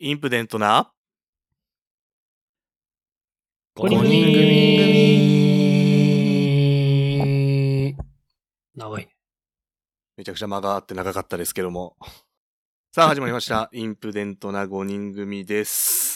インプデントな 5人組。長いね。 めちゃくちゃ間があって長かったですけども。さあ始まりました。インプデントな5人組です。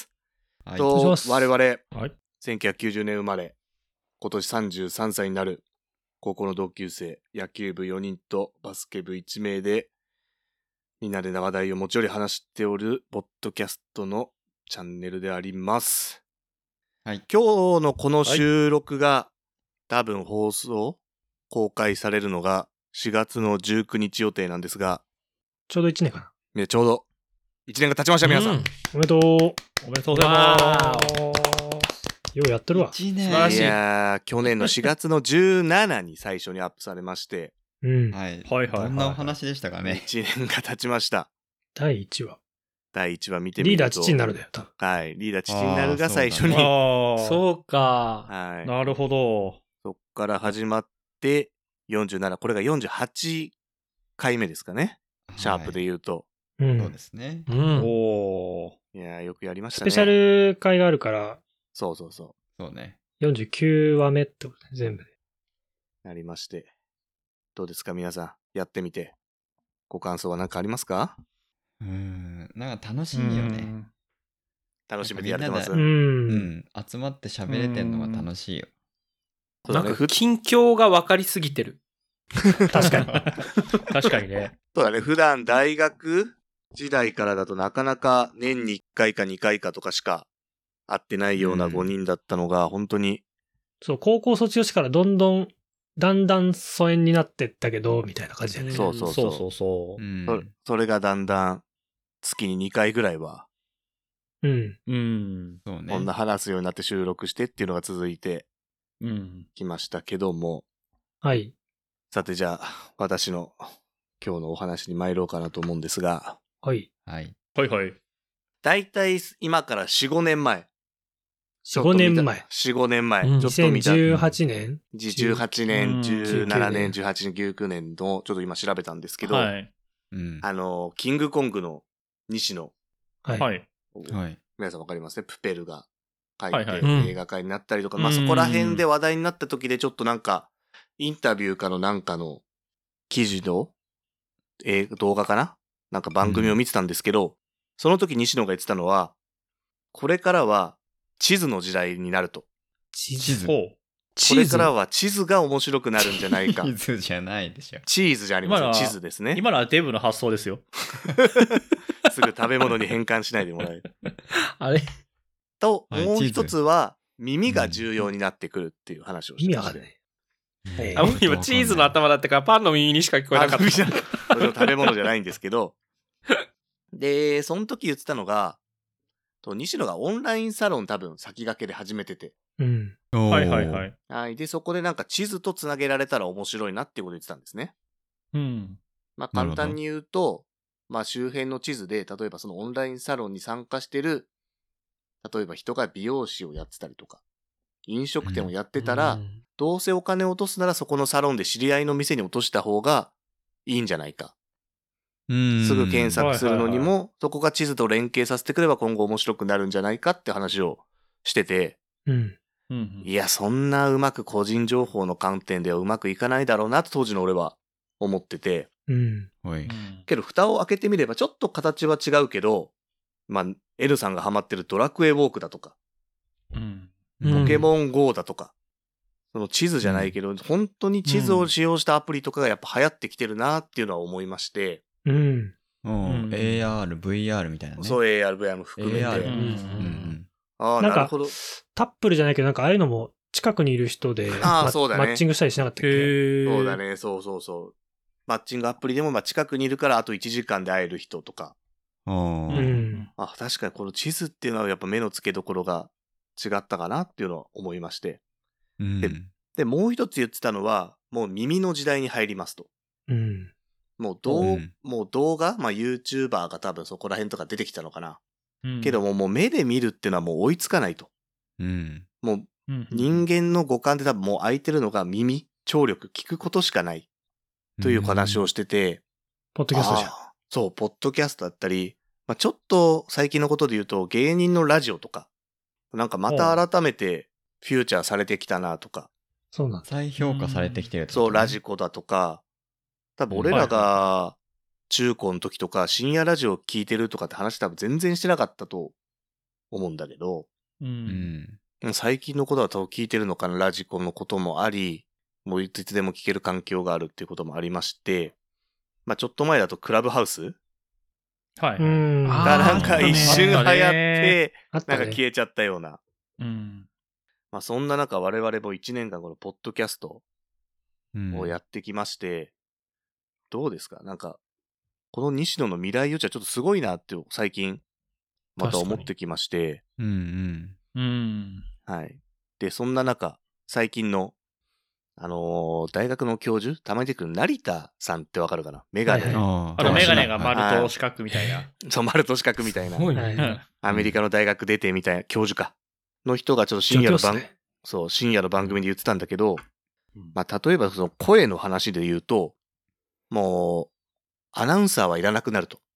はい、お願いします。 我々、 はい、 1990年生まれ、今年33歳になる高校の同級生、野球部4人とバスケ部1名で、みんなで話題を持ち寄り話しておるポッドキャストのチャンネルであります。 はい、 今日のこの収録が、多分公開されるのが4月の19日予定なんですが、 ちょうど1年かな。 ちょうど1年が経ちました、皆さん。 おめでとう。 おめでとうございます。 ようやってるわ。 1年。 素晴らしい。いやー、去年の4月の17に最初にアップされまして、 はい。 どんなお話でしたかね。 1年が経ちました。 第1話。 第1話見てみると。 リーダー父になるだよ、多分。 はい。リーダー父になるが最初に。 そうか。 はい。 なるほど。 そっから始まって47、これが48回目ですかね。シャープで言うと。 そうですね。 おー。 いやー、よくやりましたね。 スペシャル回があるから。 そうね。 49話目ってことね、全部で。 なりまして。どうですか、皆さん。やってみて。ご感想は何かありますか？ なんか楽しいよね。 楽しめてやれてます。 集まって喋れてんのが楽しいよ。 なんか近況が分かりすぎてる。 確かに。 確かにね。 そうだね。普段大学時代からだとなかなか年に1回か2回かとかしか会ってないような5人だったのが、本当に。 そう、高校卒業してからだんだん疎遠になってったけど、みたいな感じだよね。 そう。それがだんだん月に2回ぐらいは。 そうね。 こんな話すようになって収録してっていうのが続いてきましたけども。 はい。 さてじゃあ、私の今日のお話に参ろうかなと思うんですが。 はい。 だいたい今から4、5年前。 4、5年前。 4、5年前。 ちょっと見た。2018年 ?18 年、17年、18年、19年の、ちょっと今調べたんですけど、キングコングの西野。 はい。 皆さんわかりますね。プペルが書いて映画化になったりとか、まあそこら辺で話題になった時でちょっとなんか、インタビューかのなんかの記事の動画かななんか番組を見てたんですけど、その時西野が言ってたのは、これからは地図の時代になると。 地図。 これからは地図が面白くなるんじゃないか。 地図じゃないでしょ。 チーズじゃありません。地図ですね。 今のはデブの発想ですよ。 すぐ食べ物に変換しないでもらえる。 あれと、もう一つは耳が重要になってくるっていう話をしてました。 今チーズの頭だったからパンの耳にしか聞こえなかった。 それ食べ物じゃないんですけど。で、その時言ってたのが、西野がオンラインサロン多分先駆けで始めてて。はい。で、そこでなんか地図とつなげられたら面白いなっていうことを言ってたんですね。まあ簡単に言うと、まあ周辺の地図で、例えばそのオンラインサロンに参加してる、例えば人が美容師をやってたりとか、飲食店をやってたら、どうせお金を落とすならそこのサロンで知り合いの店に落とした方がいいんじゃないか。すぐ検索するのにも、そこが地図と連携させてくれば今後面白くなるんじゃないかって話をしてて、いや、そんなうまく個人情報の観点ではうまくいかないだろうなと当時の俺は思ってて、けど蓋を開けてみればちょっと形は違うけど、まあ、L さんがハマってるドラクエウォークだとか、ポケモン GO だとか、その地図じゃないけど、本当に地図を使用したアプリとかがやっぱ流行ってきてるなっていうのは思いまして、 AR、VR みたいなね。 そう、AR、VR も含めて。 なるほど。タップルじゃないけど、なんかああいうのも近くにいる人でそうだね、 マッチングしたりしなかったっけ？ そうだね、そう。マッチングアプリでもまあ近くにいるからあと1時間で会える人とか。確かにこの地図っていうのはやっぱ目の付けどころが違ったかなっていうのは思いまして。で、もう一つ言ってたのは、もう耳の時代に入りますと。もう動画、まあ YouTuber が多分そこら辺とか出てきたのかな。けどもう目で見るっていうのはもう追いつかないと。もう人間の五感で多分もう空いてるのが耳、聴力、聞くことしかないという話をしてて。 ポッドキャストじゃん。 そう、ポッドキャストだったり、 まあ、ちょっと最近のことで言うと芸人のラジオとか、なんかまた改めてフューチャーされてきたなとか。 そうなんだ。 再評価されてきてるってことね。 そう、ラジコだとか、多分俺らが中高の時とか深夜ラジオ聞いてるとかって話多分全然してなかったと思うんだけど、最近のことは多分聞いてるのかな、ラジコのこともあり、もういつでも聞ける環境があるっていうこともありまして、まあちょっと前だとクラブハウスはい。 がなんか一瞬流行って、なんか消えちゃったような。まあそんな中我々も1年間このポッドキャストをやってきまして、どうですか？なんか、この西野の未来予知はちょっとすごいなって最近また思ってきまして。はい。で、そんな中、最近の大学の教授たまに出てくる成田さんってわかるかな？メガネ。 メガネが丸と四角みたいな。 そう、丸と四角みたいな。アメリカの大学出てみたいな教授か。の人がちょっと深夜の番組で言ってたんだけど、まあ、例えばその声の話で言うと、もう、アナウンサーはいらなくなると。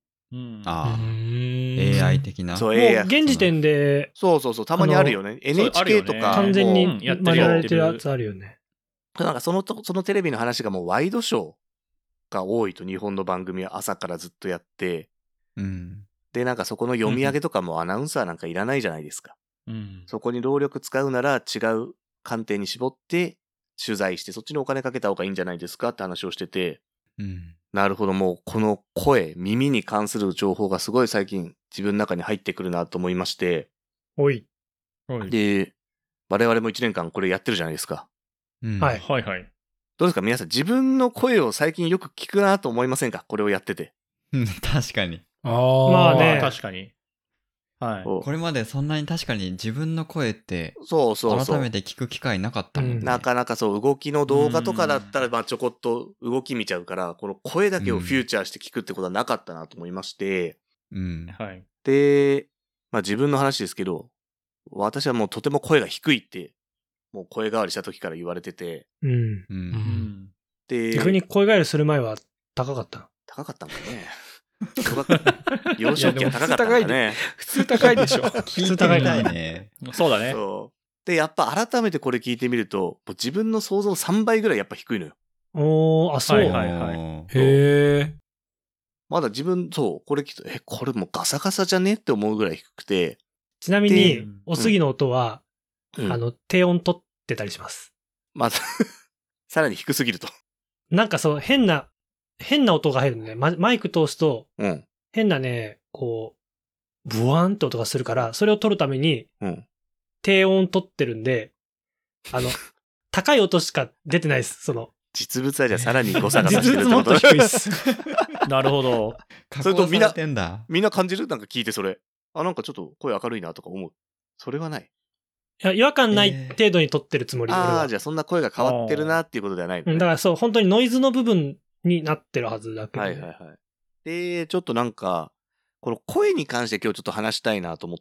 AI 的な。 そう、AI。もう現時点で。 そう、たまにあるよね。NHK とか。 完全にやられてるやつあるよね。 なんかそのテレビの話がもうワイドショーが多いと、日本の番組は朝からずっとやって、で、なんかそこの読み上げとかもアナウンサーなんかいらないじゃないですか。そこに労力使うなら違う観点に絞って取材して、そっちにお金かけた方がいいんじゃないですかって話をしてて、なるほど、もうこの声、耳に関する情報がすごい最近自分の中に入ってくるなと思いまして、で、我々も1年間これやってるじゃないですか。 はい。 どうですか皆さん、自分の声を最近よく聞くなと思いませんか？これをやってて。 確かに。 まあね。 確かに。はい。 これまでそんなに確かに自分の声って改めて聞く機会なかったもんね。 なかなかそう、動きの動画とかだったら、まあちょこっと動き見ちゃうから、この声だけをフューチャーして聞くってことはなかったなと思いまして、で、まあ自分の話ですけど、私はもうとても声が低いって、もう声変わりした時から言われてて、 で、逆に声変わりする前は高かったの？ 高かったんだね。幼少期は高かったんだね。 普通高いでしょ。 普通高いね。 そうだね。 で、やっぱ改めてこれ聞いてみると、自分の想像の3倍ぐらいやっぱ低いのよ。 そう。 へえ。 まだ自分、これ聞くと、これもうガサガサじゃねって思うぐらい低くて。 ちなみに、おすぎの音は、低音取ってたりします。 まず、さらに低すぎると。 なんかそう、変な音が入るのね。マイク通すと、変なね、こう、ブワーンって音がするから、それを取るために、低音取ってるんで、高い音しか出てないです、 実物はじゃあさらに誤差がさせてるってこと？ 実物もっと低いっす。 なるほど。 それとみんな感じる？なんか聞いてそれ。なんかちょっと声明るいなとか思う。それはない。 いや、違和感ない程度に撮ってるつもり。 じゃあそんな声が変わってるなっていうことではないのね。 だからそう、本当にノイズの部分になってるはずだけど、ね。 で、ちょっとなんか、この声に関して今日ちょっと話したいなと思って。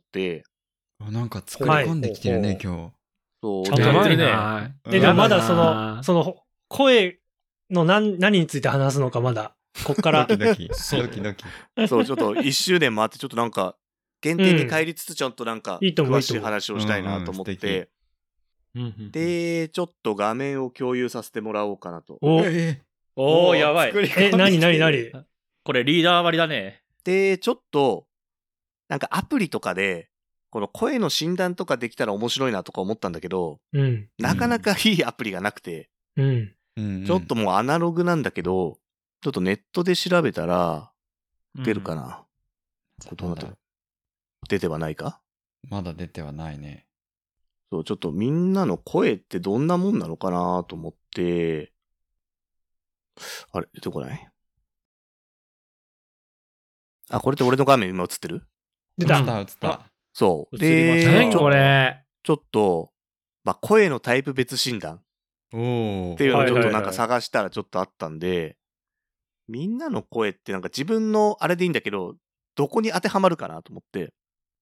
なんか作り込んできてるね、今日。 そう。 ちゃんとやってるね。 でもまだその、声の何について話すのかまだ、こっから。 ドキドキ。 そう、ちょっと1周年もあって、ちょっとなんか、限定に帰りつつ、ちょっとなんか、詳しい話をしたいなと思って。で、ちょっと画面を共有させてもらおうかなと。 やばい。 何これリーダー割りだね。 で、ちょっと、なんかアプリとかで、この声の診断とかできたら面白いなとか思ったんだけど、なかなかいいアプリがなくて、ちょっともうアナログなんだけど、ちょっとネットで調べたら、出るかな。どうなってる？出てはないか？ まだ出てはないね。 そう、ちょっとみんなの声ってどんなもんなのかなと思って、あれ、出てこない？これって俺の画面今映ってる？ 出た。 映った。 そう。 で、何これ？ ちょっと、声のタイプ別診断っていうのをちょっとなんか探したらちょっとあったんで、みんなの声ってなんか自分のあれでいいんだけど、どこに当てはまるかなと思って、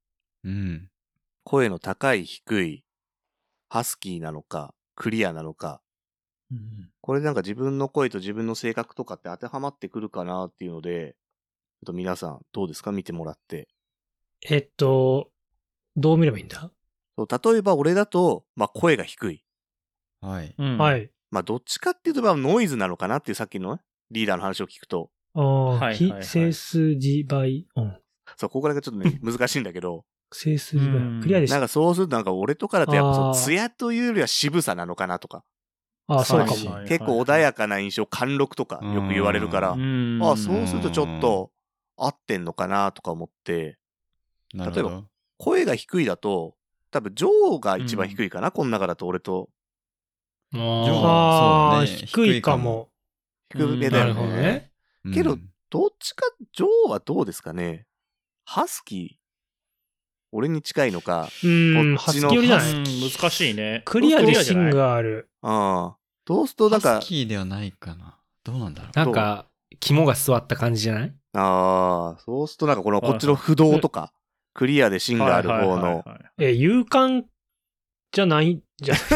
声の高い低い、ハスキーなのか、クリアなのか、これなんか自分の声と自分の性格とかって当てはまってくるかなっていうので、 皆さんどうですか、見てもらって。 どう見ればいいんだ？ そう例えば俺だと、声が低い。 はい。 はい。 どっちかっていうとノイズなのかなっていうさっきのリーダーの話を聞くと。 非整数字倍音。 そう、ここらがちょっとね、難しいんだけど。 整数字倍音。クリアでした。 なんかそうすると俺とかだとやっぱ艶というよりは渋さなのかなとか。 そうかも。 結構穏やかな印象、貫禄とかよく言われるから、そうするとちょっと合ってんのかなとか思って、例えば声が低いだと、多分ジョーが一番低いかな、この中だと俺と。 ジョー、 低いかも。 低めだよね。 なるほどね。 けど、どっちか、ジョーはどうですかね。ハスキー俺に近いのか。 ハスキーよりじゃない？ 難しいね。 クリアで芯がある。 トーストなんか。 ハスキーではないかな。どうなんだろう。 なんか、肝が座った感じじゃない？ そうするとなんかこっちの不動とか、クリアで芯がある方の。 勇敢じゃないんじゃない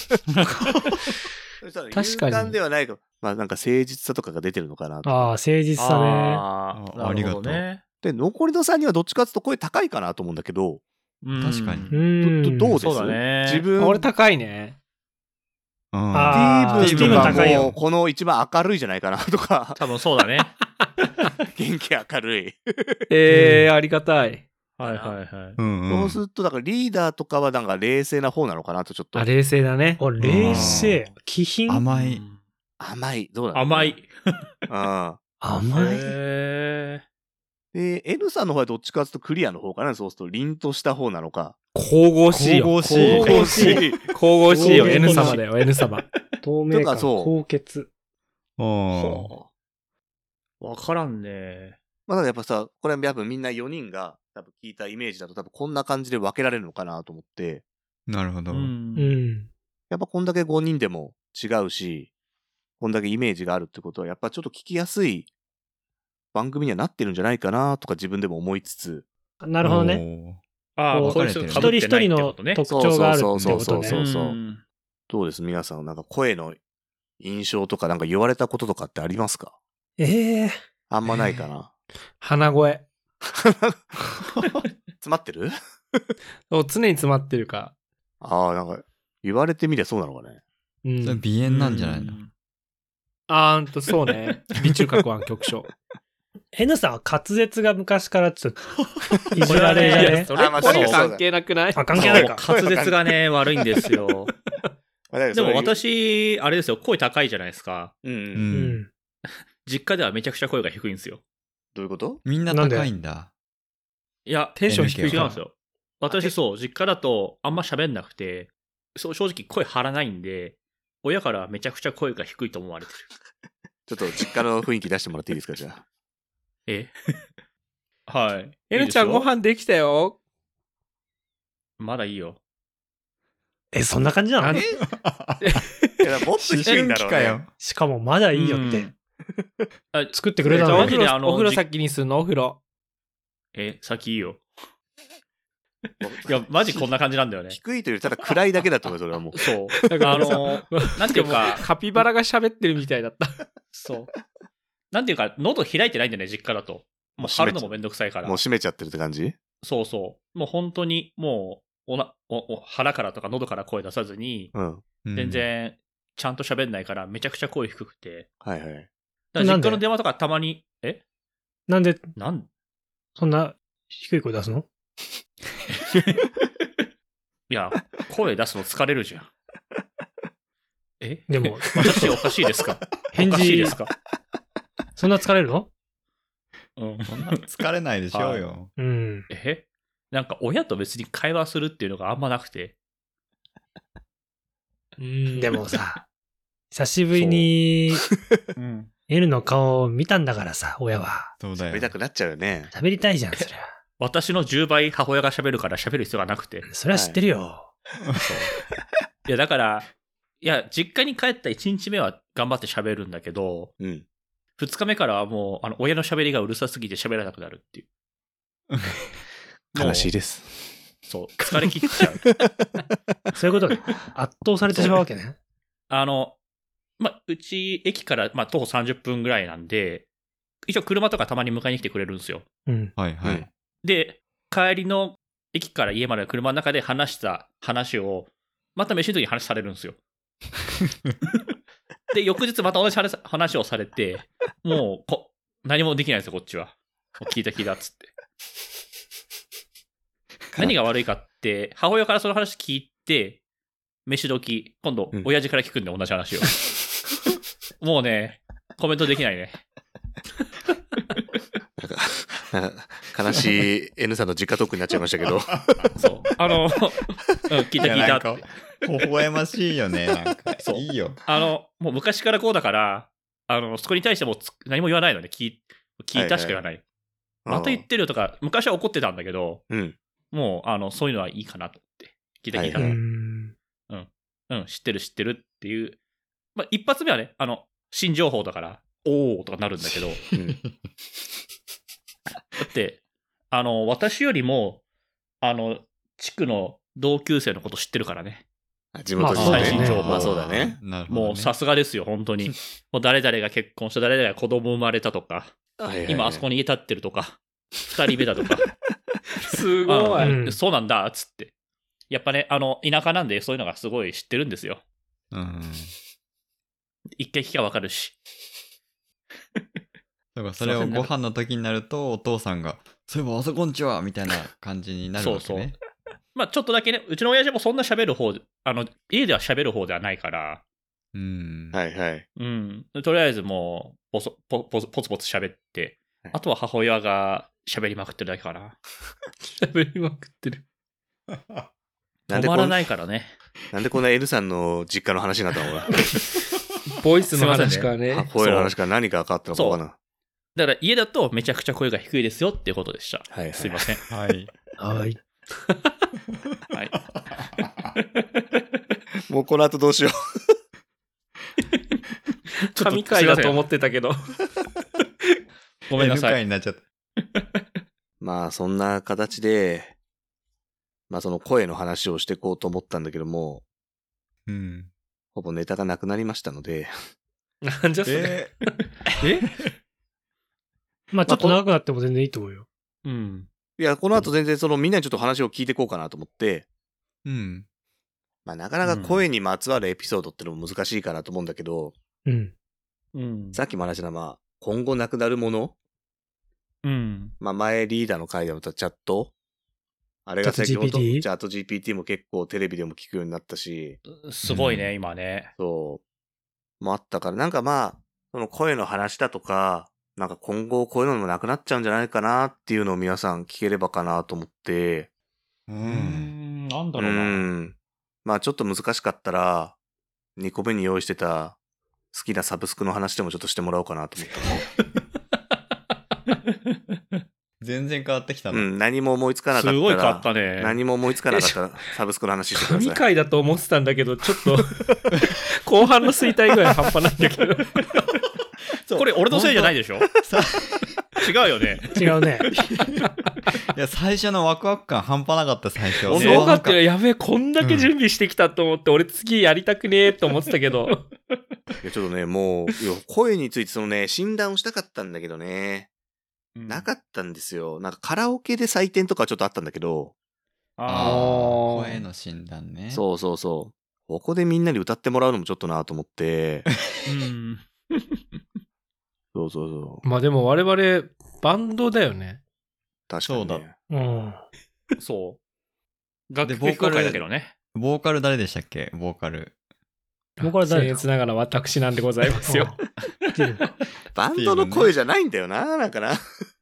確かに。勇敢ではないか。なんか誠実さとかが出てるのかなと。 誠実さね。 ありがとうね。 で、残りの3人はどっちかっていうと声高いかなと思うんだけど。 確かに。 どうです？ そうだね。 自分。 俺高いね。 スティーブンがもうこの一番明るいじゃないかなとか。 多分そうだね。 元気明るい。 ありがたい。はい。 そうすると、だからリーダーとかはなんか冷静な方なのかなとちょっと。 冷静だね。 冷静。気品。 甘い。 どうなの？ 甘い。 甘い。 で、N さんの方はどっちかっていうとクリアの方かな。そうすると凛とした方なのか。 神々しいよ。神々しいよ。N 様だよ、N 様。 透明感、高潔。 わからんね。 だからやっぱさ、これやっぱみんな4人が多分聞いたイメージだと多分こんな感じで分けられるのかなと思って。 なるほど。 やっぱこんだけ5人でも違うし、こんだけイメージがあるってことはやっぱちょっと聞きやすい番組にはなってるんじゃないかなとか自分でも思いつつ。 なるほどね。一人一人の特徴があるってことね。 どうです皆さん、なんか声の印象とかなんか言われたこととかってありますか？あんまないかな。 鼻声。 詰まってる？ 常に詰まってるか。 なんか言われてみりゃそうなのかね。 それ鼻炎なんじゃないの？ そうね。微中核湾局所。 N さんは滑舌が昔からちょっといじられるね。 それ関係なくない？ 関係ないか。 滑舌がね、悪いんですよ。でも私、あれですよ、声高いじゃないですか。実家ではめちゃくちゃ声が低いんですよ。 どういうこと？ みんな高いんだ。 いや、テンション低い。違うんですよ。私実家だとあんま喋んなくて、正直声張らないんで、親からめちゃくちゃ声が低いと思われてる。 ちょっと実家の雰囲気出してもらっていいですか、じゃあ。 はい。N ちゃんご飯できたよ。まだいいよ。 そんな感じなの？ もっと低いんだろうね。 しかもまだいいよって。作ってくれたの？ お風呂先にするの？お風呂。先いいよ。いや、マジこんな感じなんだよね。 低いというよりただ暗いだけだと思う、それはもう。 そう。だからなんていうか、カピバラが喋ってるみたいだった。そう。なんていうか、喉開いてないんだよね、実家だと。もう貼るのもめんどくさいから。 もう閉めちゃってるって感じ？ そうそう。もう本当に、もう、腹からとか喉から声出さずに、全然、ちゃんと喋んないから、めちゃくちゃ声低くて。 はいはい。 だから実家の電話とかたまに、 なんでそんな低い声出すの？ いや、声出すの疲れるじゃん。 でも、 私おかしいですか？ 返事おかしいですか？ そんな疲れるの？ そんな疲れないでしょうよ。 なんか親と別に会話するっていうのがあんまなくて。 でもさ、久しぶりに N の顔を見たんだからさ、親は。 そうだよ。 喋りたくなっちゃうよね。 喋りたいじゃん、そりゃ。 私の10倍母親が喋るから喋る必要がなくて。 それは知ってるよ。 いや、だから、実家に帰った1日目は頑張って喋るんだけど、2日目からはもう、親の喋りがうるさすぎて喋らなくなるっていう。 悲しいです。 そう、疲れ切っちゃう。 そういうことで圧倒されてしまうわけね。 うち、駅から、徒歩30分ぐらいなんで、 一応車とかたまに迎えに来てくれるんですよ。 うん。 はいはい。 で、帰りの駅から家まで車の中で話した話を、また飯の時に話されるんですよ。で、翌日また同じ話をされて、もう何もできないですよ、こっちは。もう聞いたっつって。何が悪いかって、母親からその話聞いて、飯時、今度、親父から聞くんで、同じ話を。もうね、コメントできないね。 なんか悲しい N さんの実家トークになっちゃいましたけど。 そう。聞いたって。 微笑ましいよね。なんかそういいよ。 もう昔からこうだから、そこに対しても何も言わないので、聞いたしか言わない。また言ってるとか、昔は怒ってたんだけど、もう、そういうのはいいかなと思って。聞いた。知ってるっていう。まあ、一発目はね、新情報だから、おーとかなるんだけど、だって、私よりも、地区の同級生のこと知ってるからね。 地元の最新情報。 まあそうだね。 もうさすがですよ、本当に。もう誰々が結婚した、誰々が子供生まれたとか、今あそこに家建ってるとか、二人目だとか。 すごい。 そうなんだ、つって。やっぱね、田舎なんでそういうのがすごい知ってるんですよ。一回聞きゃわかるし。 だからそれをご飯の時になると、お父さんが、そういえばあそこんちはみたいな感じになるわけね。 そう。まあちょっとだけね、うちの親父もそんな喋る方、家では喋る方ではないから。 はいはい。 とりあえずもう、ポツポツ喋って、あとは母親が喋りまくってるだけかな。 喋りまくってる。 止まらないからね。 なんでこんな N さんの実家の話になったのかな。 ボイスの話からね。 声の話から何が変わったのかわからん。 だから家だとめちゃくちゃ声が低いですよっていうことでした。 はい、 すいません。 はい。 はい。 はい。 もうこの後どうしよう。神回だと思ってたけど。 ごめんなさい。 回になっちゃった。 まあそんな形で、まあその声の話をしていこうと思ったんだけども、ほぼネタがなくなりましたので。 なんじゃそれ。まあちょっと長くなっても全然いいと思うよ。 いや、この後全然みんなにちょっと話を聞いていこうかなと思って、まあなかなか声にまつわるエピソードってのも難しいかなと思うんだけど、さっきも話したのは、今後なくなるもの、まあ前リーダーの回でもチャット、あれが最近チャット GPT も結構テレビでも聞くようになったし、 すごいね、今ね。 そう。もあったから、なんかまあ、その声の話だとか、なんか今後こういうのもなくなっちゃうんじゃないかなっていうのを皆さん聞ければかなと思って。 なんだろうな。 まあちょっと難しかったら、2個目に用意してた好きなサブスクの話でもちょっとしてもらおうかなと思った。 全然変わってきたな。 何も思いつかなかったら。 すごい変わったね。 何も思いつかなかったらサブスクの話してください。 神回だと思ってたんだけど、ちょっと後半の衰退ぐらい半端ないんだけど。 これ俺のせいじゃないでしょ。違うよね。 違うね。 いや、最初のワクワク感半端なかった、最初。 すごかったよ。やべえ、こんだけ準備してきたと思って、俺次やりたくねえと思ってたけど。 いや、ちょっとね、もう、声について診断をしたかったんだけどね。なかったんですよ。なんかカラオケで採点とかちょっとあったんだけど。 声の診断ね。 そう。ここでみんなに歌ってもらうのもちょっとなと思って。そう。 まあでも我々バンドだよね。 確かにね。 そう。楽曲公開だけどね。 ボーカル誰でしたっけ？ボーカル僭越ながら私なんでございますよ。 バンドの声じゃないんだよな、なんかな。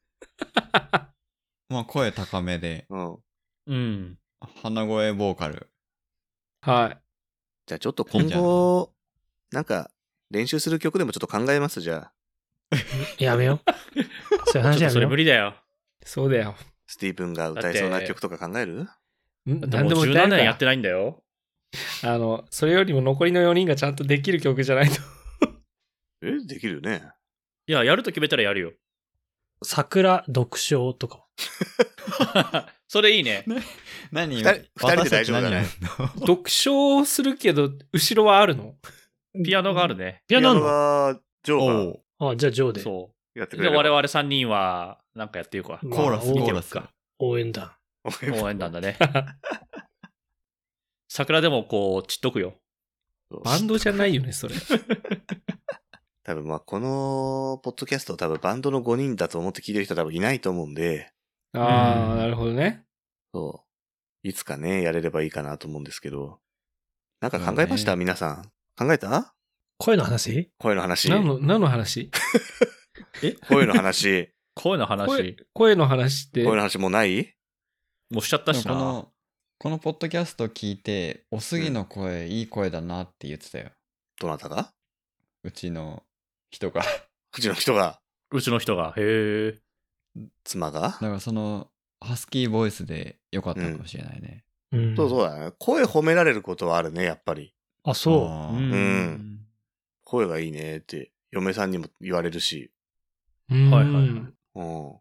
まあ声高めで。鼻声ボーカル。 はい。 じゃあちょっと今後、なんか練習する曲でもちょっと考えますじゃあ。 やめよう。そういう話やめよう。 それ無理だよ。 そうだよ。 スティーブンが歌えそうな曲とか考える？ 何でも17年やってないんだよ。 それよりも残りの4人がちゃんとできる曲じゃないと。 できるよね。 いや、やると決めたらやるよ。 桜読書とか。 それいいね。 何？ 二人で大丈夫だね。 読書をするけど、後ろはあるの？ ピアノがあるね。 ピアノはジョーが。 あ、じゃあジョーで。 そやってくれる。 我々3人は、なんかやっていこうか。 コーラス、コーラスか。応援団。 応援団だね。桜でもこう、散っとくよ。 バンドじゃないよね、それ。 多分このポッドキャスト多分バンドの5人だと思って聞いてる人多分いないと思うんで。 ああ、なるほどね。 そう。いつかね、やれればいいかなと思うんですけど。なんか考えました、皆さん。考えた？ 声の話？ 声の話。 何の話？ 声の話。 声の話。 声の話って。 声の話もうない？ もうしちゃったしな。 このポッドキャスト聞いて、おすぎの声、いい声だなって言ってたよ。 どなたが？ うちの人が。 うちの人が。 うちの人が。へえ。 妻が？ だからその、ハスキーボイスでよかったかもしれないね。 そうだね。声褒められることはあるね、やっぱり。 あ、そう。 声がいいねって、嫁さんにも言われるし。 はいはいはい。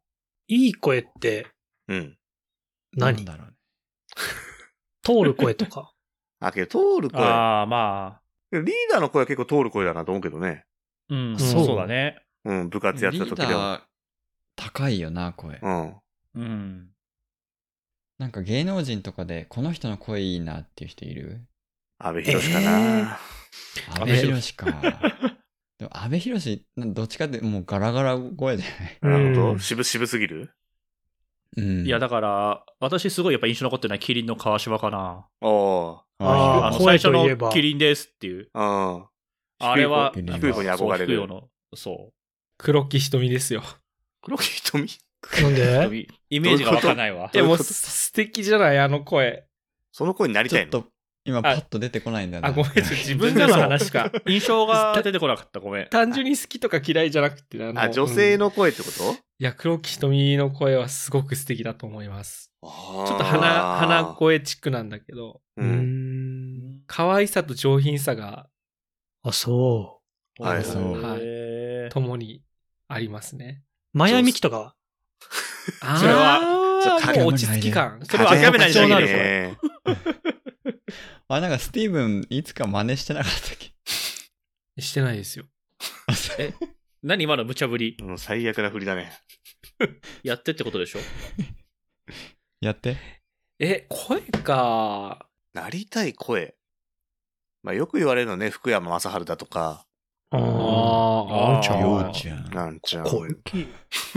いい声って、何だろうね。 通る声とか。 けど通る声。 ああ、まあ。 リーダーの声は結構通る声だなと思うけどね。 そうだね。 部活やってた時では。 リーダー高いよな、声。なんか芸能人とかで、この人の声いいなっていう人いる？ 阿部寛かな。 阿部寛か。でも阿部寛、どっちかってもうガラガラ声じゃない？なるほど。渋すぎる？ いや、だから、私すごいやっぱ印象残ってるのはキリンの川島かな。 最初のキリンですっていう。 あれは、 低い方に憧れる。 そう。 黒木瞳ですよ。 黒木瞳？ なんで？ イメージがわかんないわ。 でも素敵じゃない、あの声。 その声になりたいの？ ちょっと今パッと出てこないんだよね。 ごめん、自分での話か。 印象が出てこなかった、ごめん。 単純に好きとか嫌いじゃなくて、 女性の声ってこと？ いや、黒木瞳の声はすごく素敵だと思います。ちょっと鼻声チックなんだけど、可愛さと上品さが、 そう。 はい、 共にありますね。 マヤミキとかは？ それは、 もう落ち着き感。 それは諦めないんじゃないですか。 なんかスティーブンいつか真似してなかったっけ？ してないですよ。 何今の無茶ぶり？ 最悪な振りだね。 やってってことでしょ？ やって。 声か。 なりたい声。よく言われるのね、福山雅治だとか。 なんちゃん。 なんちゃん。 声大きい。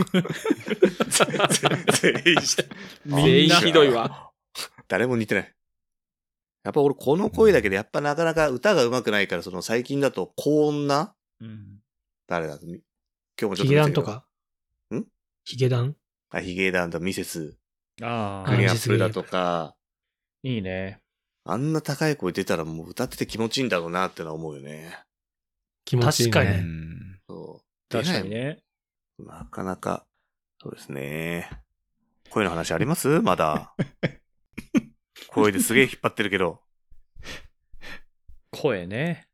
全員ひどいわ。 誰も似てない。やっぱ俺この声だけでやっぱなかなか歌が上手くないから、最近だと高音な、誰だ？今日もちょっと。 ヒゲダンとか？ヒゲダン？ ヒゲダンだ、ミセス。クリーアップルだとか。 いいね。 あんな高い声出たらもう歌ってて気持ちいいんだろうなってのは思うよね。 気持ちいいね。 確かに。 確かにね。 なかなか、そうですね。声の話あります？まだ。声ですげえ引っ張ってるけど。 声ね。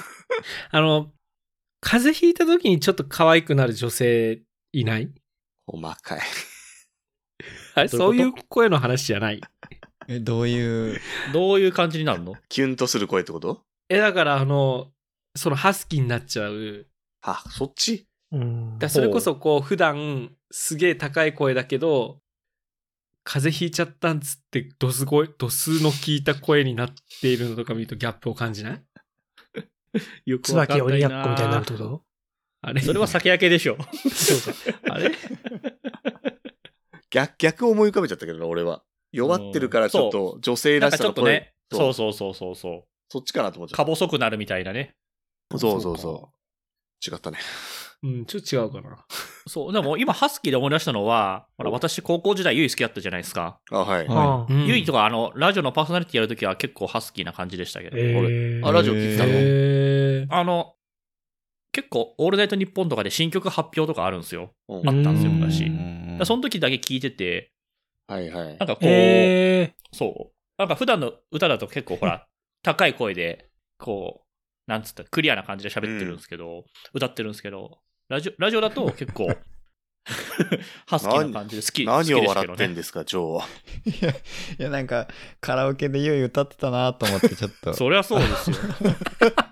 風邪ひいた時にちょっと可愛くなる女性いない？ 細かい。 そういう声の話じゃない。 どういう感じになるの？ キュンとする声ってこと？ だからそのハスキーになっちゃう。 そっち？ それこそ普段すげえ高い声だけど、風邪ひいちゃったんつってドスの効いた声になっているのとか見るとギャップを感じない？ よくわかんないな。 椿鬼奴みたいになるってこと？ あれ？ それは酒焼けでしょ。 そうか。あれ？ 逆思い浮かべちゃったけどな、俺は。弱ってるからちょっと女性らしさの声。 ね。そう。そっちかなと思っちゃった。 か細くなるみたいなね。 そう。違ったね。 ちょっと違うかな。 そう。でも今ハスキーで思い出したのは、私高校時代ユイ好きだったじゃないですか。 はい。 ユイとかラジオのパーソナリティやるときは結構ハスキーな感じでしたけど。 ラジオ聞いてたの？ 結構オールナイトニッポンとかで新曲発表とかあるんですよ。あったんですよ、昔。その時だけ聞いてて、 はいはい。 なんかそう。なんか普段の歌だと結構ほら、高い声で、なんつったクリアな感じで喋ってるんですけど、歌ってるんですけど、ラジオだと結構、ハスキーな感じで好き何を笑ってんですか、ジョーは。 いや、なんか、カラオケでユイ歌ってたなと思ってちょっと。 そりゃそうですよ。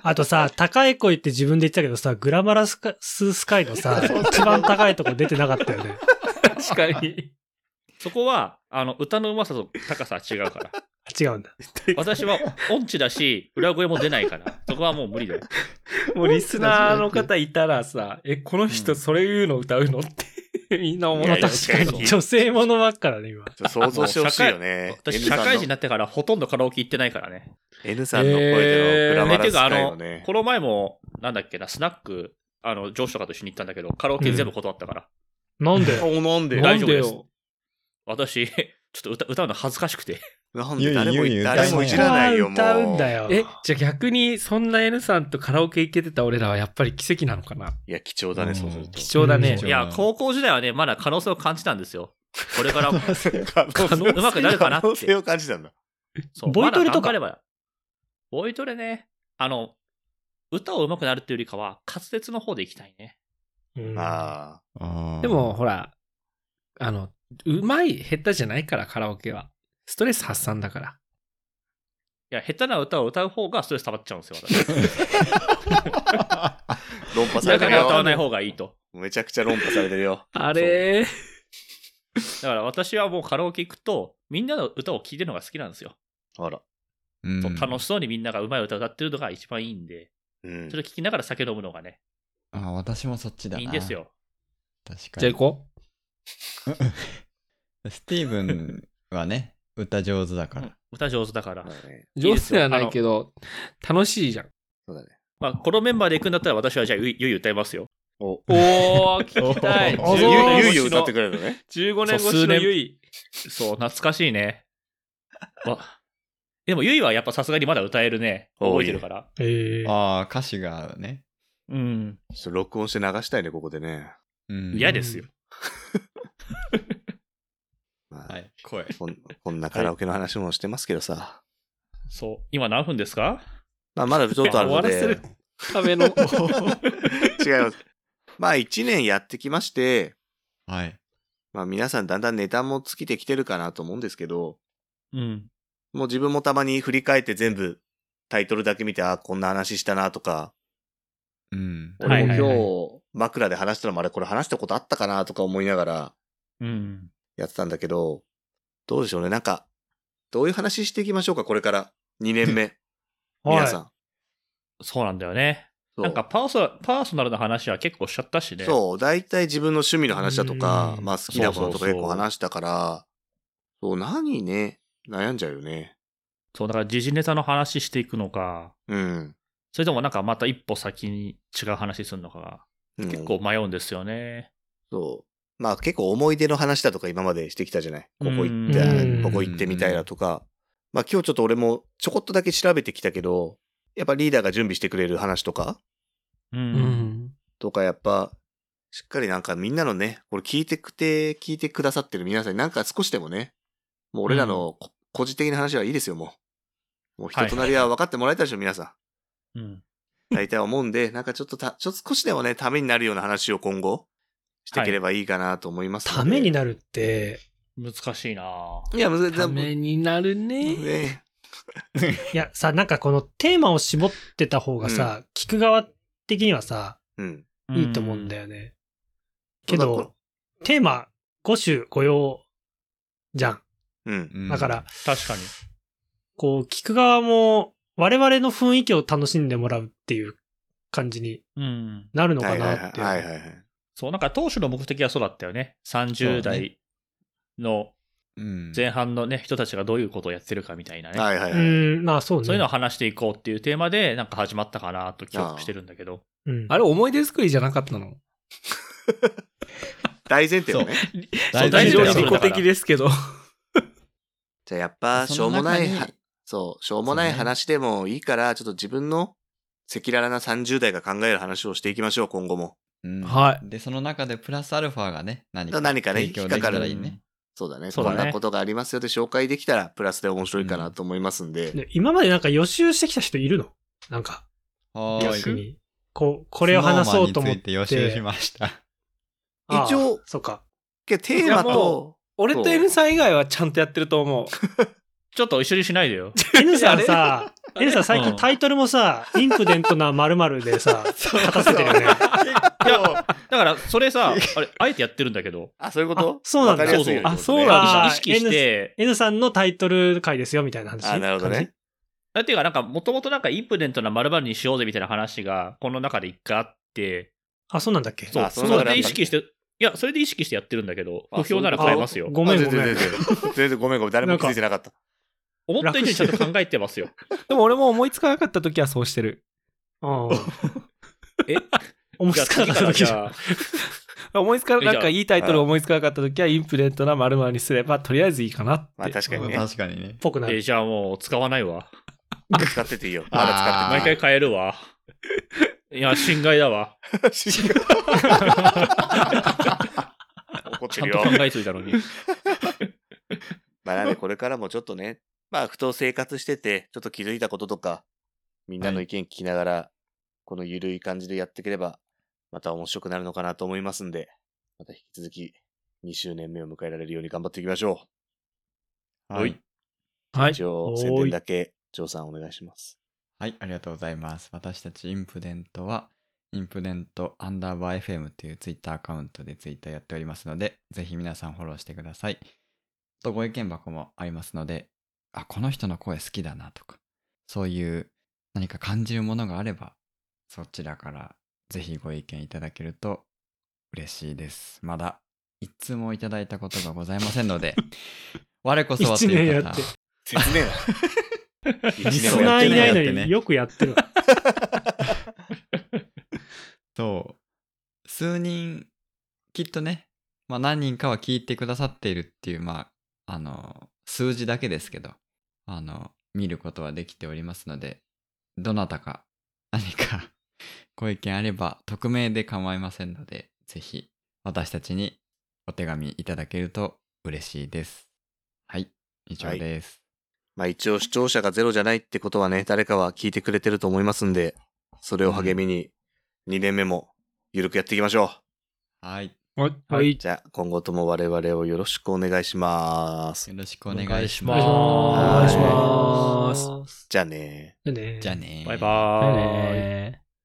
あとさ、高い声って自分で言ってたけどさ、グラマラススカイのさ、一番高いとこ出てなかったよね。 確かに。 そこは、歌のうまさと高さは違うから。 違うんだ。 私は音痴だし、裏声も出ないから、そこはもう無理だよ。 もうリスナーの方いたらさ、この人それ言うの歌うのってみんな思ってた。 確かに。女性ものばっかだね、今。 想像してほしいよね。 私、社会人になってからほとんどカラオケ行ってないからね。 N さんの声でのグラマラスカイのね。 この前も、なんだっけな、スナック、上司とかと一緒に行ったんだけど、カラオケ全部断ったから。 なんでなんで大丈夫です。私、ちょっと歌うの恥ずかしくて。 なんで誰もいじらないよ、もう。 歌うんだよ。 じゃあ逆に、そんな N さんとカラオケ行けてた俺らはやっぱり奇跡なのかな？ いや、貴重だね、そうすると。 貴重だね。 いや、高校時代はね、まだ可能性を感じたんですよ。これからうまくなるかなって。 可能性を感じたんだ。 そう、 ボイトレとか。ボイトレね、歌をうまくなるっていうよりかは、滑舌の方で行きたいね。 ああ。でも、ほら、うまい、下手じゃないから、カラオケは。ストレス発散だから。 いや、下手な歌を歌う方がストレス溜まっちゃうんですよ、私。 論破されてるよ。 だから歌わない方がいいと。 めちゃくちゃ論破されてるよ。 あれー。だから私はもうカラオケ行くと、みんなの歌を聴いてるのが好きなんですよ。 あら。 楽しそうにみんながうまい歌を歌ってるのが一番いいんで、それを聴きながら酒飲むのがね。 私もそっちだな。 いいんですよ。 確かに。じゃあ行こう。スティーブンはね、歌上手だから。 歌上手だから。 上手ではないけど、楽しいじゃん。 そうだね。 まあ、このメンバーで行くんだったら私はじゃあゆい歌いますよ。 おー、聞きたい。 ゆい歌ってくれるのね。 15年越しのゆい。 そう、懐かしいね。でもゆいはやっぱさすがにまだ歌えるね。覚えてるから。 歌詞がね。 うん。 録音して流したいね、ここでね。 嫌ですよ。 はい、声。 こんなカラオケの話もしてますけどさ。 そう。今何分ですか？ まだちょっとあるので。 終わらせるための。 違います。まあ1年やってきまして、 はい。 まあ皆さんだんだんネタも尽きてきてるかなと思うんですけど、 うん。 もう自分もたまに振り返って全部タイトルだけ見て、こんな話したなとか、俺も今日枕で話したのもこれ話したことあったかなとか思いながら、やってたんだけど、どうでしょうね。なんか、どういう話していきましょうか、これから。2年目。皆さん。 そうなんだよね。なんかパーソナルな話は結構しちゃったしね。 そう、大体自分の趣味の話だとか、まあ好きなこととか結構話したから、そう、何ね、悩んじゃうよね。 そう、だから時事ネタの話していくのか、それともなんかまた一歩先に違う話するのかが、結構迷うんですよね。 そう。まあ結構思い出の話だとか今までしてきたじゃない。ここ行ってみたいだとか。まあ今日ちょっと俺もちょこっとだけ調べてきたけど、やっぱリーダーが準備してくれる話とか、とかやっぱ、しっかりなんかみんなのね、これ聞いてくださってる皆さんになんか少しでもね、もう俺らの個人的な話はいいですよ、もう。もう人となりは分かってもらえたでしょ、皆さん。大体思うんで、なんかちょっと少しでもね、ためになるような話を今後、していければいいかなと思いますので。 ためになるって、 難しいな。 いや、 ためになるね。 いや、さ、なんかこのテーマを絞ってた方がさ、聞く側的にはさ、いいと思うんだよね。けど、テーマ5種5用じゃん。だから、 確かに。 こう、聞く側も我々の雰囲気を楽しんでもらうっていう感じになるのかなって。 そう、なんか当初の目的はそうだったよね。30代の前半のね、人たちがどういうことをやってるかみたいなね。 まあそうね。 そういうのを話していこうっていうテーマでなんか始まったかなと記憶してるんだけど。 あれ思い出作りじゃなかったの？ 大前提はね。 非常に利己的ですけど。 じゃあやっぱしょうもない話でもいいから、ちょっと自分の赤裸々な30代が考える話をしていきましょう、今後も。 はい。 で、その中でプラスアルファがね、何かね、 引っかかるらいいね。 そうだね。こんなことがありますよって紹介できたら、プラスで面白いかなと思いますんで。 今までなんか予習してきた人いるの？なんか。逆に。これを話そうと思って。 予習しました。 一応、 そうか。 テーマと、 俺と N さん以外はちゃんとやってると思う。 ちょっと一緒にしないでよ。 N さんさ、 エルさん最近タイトルもさ、インプデントな〇〇でさ、勝たせてるよね。いや、 だからそれさ、あえてやってるんだけど。 あ、そういうこと？ そうなんだ。 そうそう。 あ、そうなんだ。 意識して。 N さんのタイトル回ですよ、みたいな話。 あ、なるほどね。 ていうか、なんか、もともとなんか、インプデントな〇〇にしようぜみたいな話が、この中で一回あって。 あ、そうなんだっけ？ そう。それで意識して、いや、それで意識してやってるんだけど、不評なら変えますよ。 ごめん。 全然ごめん。誰も気づいてなかった。 思った以上にちゃんと考えてますよ。 でも俺も思いつかなかった時はそうしてる。 思いつかなかった時は。 なんかいいタイトル思いつかなかった時はインプデントな〇〇にすればとりあえずいいかなって。 まあ確かにね。 確かにね。 ぽくなる。 じゃあもう使わないわ。 使ってていいよ。まだ使って毎回変えるわ。いや、侵害だわ。 侵害。怒ってるよ。 ちゃんと考えついたのに。 まあなんでこれからもちょっとね、まあふと生活してて、ちょっと気づいたこととか、みんなの意見聞きながら、このゆるい感じでやっていければ、また面白くなるのかなと思いますんで、また引き続き2周年目を迎えられるように頑張っていきましょう。 はい。 はい。 一応宣伝だけ、ジョーさんお願いします。 はい、ありがとうございます。私たちインプデントは、インプデント_FM というツイッターアカウントでツイッターやっておりますので、ぜひ皆さんフォローしてください。とご意見箱もありますので、あ、この人の声好きだなとか、そういう何か感じるものがあれば、そちらからぜひご意見いただけると嬉しいです。まだ一通もいただいたことがございませんので、我こそはという方。 切ねえな。 リスナーいないのによくやってる。 そう。数人、きっとね、まあ何人かは聞いてくださっているっていう、まあ、数字だけですけど、見ることはできておりますので、どなたか何かご意見あれば匿名で構いませんので、ぜひ私たちにお手紙いただけると嬉しいです。はい、以上です。 まあ一応視聴者がゼロじゃないってことはね、誰かは聞いてくれてると思いますんで、それを励みに2年目もゆるくやっていきましょう。はい。 はい。 じゃあ今後とも我々をよろしくお願いします。 よろしくお願いします。 お願いします。 じゃあね。 じゃあね。 バイバーイ。